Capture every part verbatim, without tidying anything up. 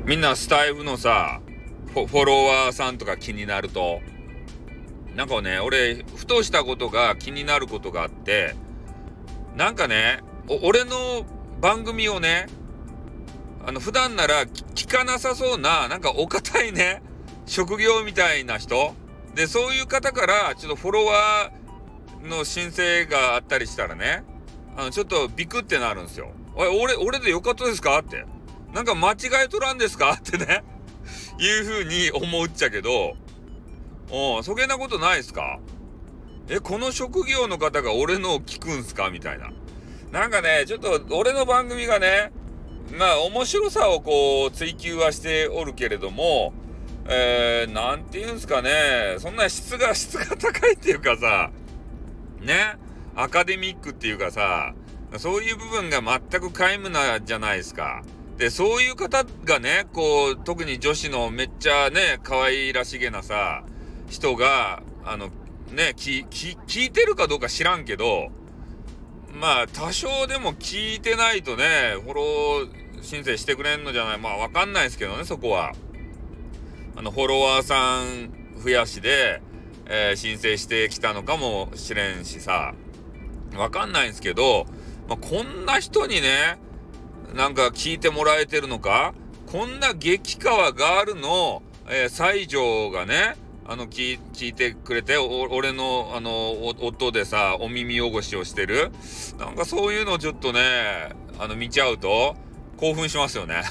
みんなスタイフのさ、フォ、フォロワーさんとか気になると、なんかね、俺、ふとしたことが気になることがあって、なんかね、お俺の番組をね、あの、普段なら聞かなさそうな、なんかお堅いね、職業みたいな人で、そういう方から、ちょっとフォロワーの申請があったりしたらね、あの、ちょっとビクってなるんですよ。おい、俺、俺でよかったですかって。なんか間違いとらんですかってね、いう風に思っちゃけど、おそげなことないですか？え、この職業の方が俺のを聞くんすかみたいな。なんかね、ちょっと俺の番組がね、まあ面白さをこう追求はしておるけれども、えー、なんて言うんすかね、そんな質が、質が高いっていうかさ、ね、アカデミックっていうかさ、そういう部分が全く皆無なじゃないですか。で、そういう方がね、こう、特に女子のめっちゃね、可愛らしげなさ、人が、あの、ね、き、き、聞いてるかどうか知らんけど、まあ、多少でも聞いてないとね、フォロー申請してくれんのじゃない、まあ、わかんないですけどね、そこは。あの、フォロワーさん増やしで、えー申請してきたのかもしれんしさ、わかんないんですけど、まあ、こんな人にね、なんか聞いてもらえてるのか、こんな激川ガールの、えー、西条がね、あの聞、聞いてくれて、お俺の、あの、音でさ、お耳汚しをしてる。なんかそういうのをちょっとね、あの、見ちゃうと、興奮しますよね。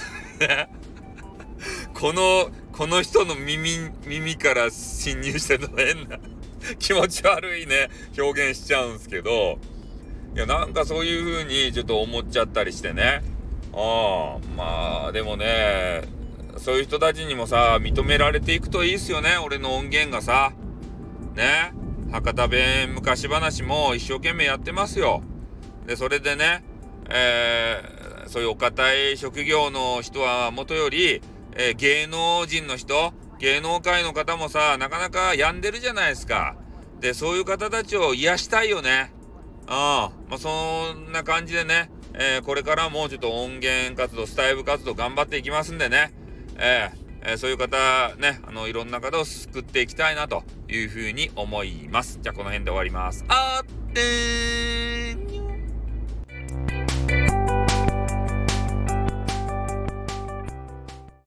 この、この人の耳、耳から侵入してるの変な、気持ち悪いね、表現しちゃうんすけど、いや、なんかそういう風にちょっと思っちゃったりしてね。ああ、まあ、でもね、そういう人たちにもさ、認められていくといいっすよね、俺の音源がさ。ね。博多弁昔話も一生懸命やってますよ。で、それでね、えー、そういうお堅い職業の人はもとより、えー芸能人の人、芸能界の方もさ、なかなか病んでるじゃないですか。で、そういう方たちを癒したいよね。うん。まあ、そんな感じでね、えーこれからもちょっと音源活動、スタイル活動頑張っていきますんでね、えーえーそういう方、ね、あの、いろんな方を救っていきたいなというふうに思います。じゃあ、この辺で終わります。あーってーん。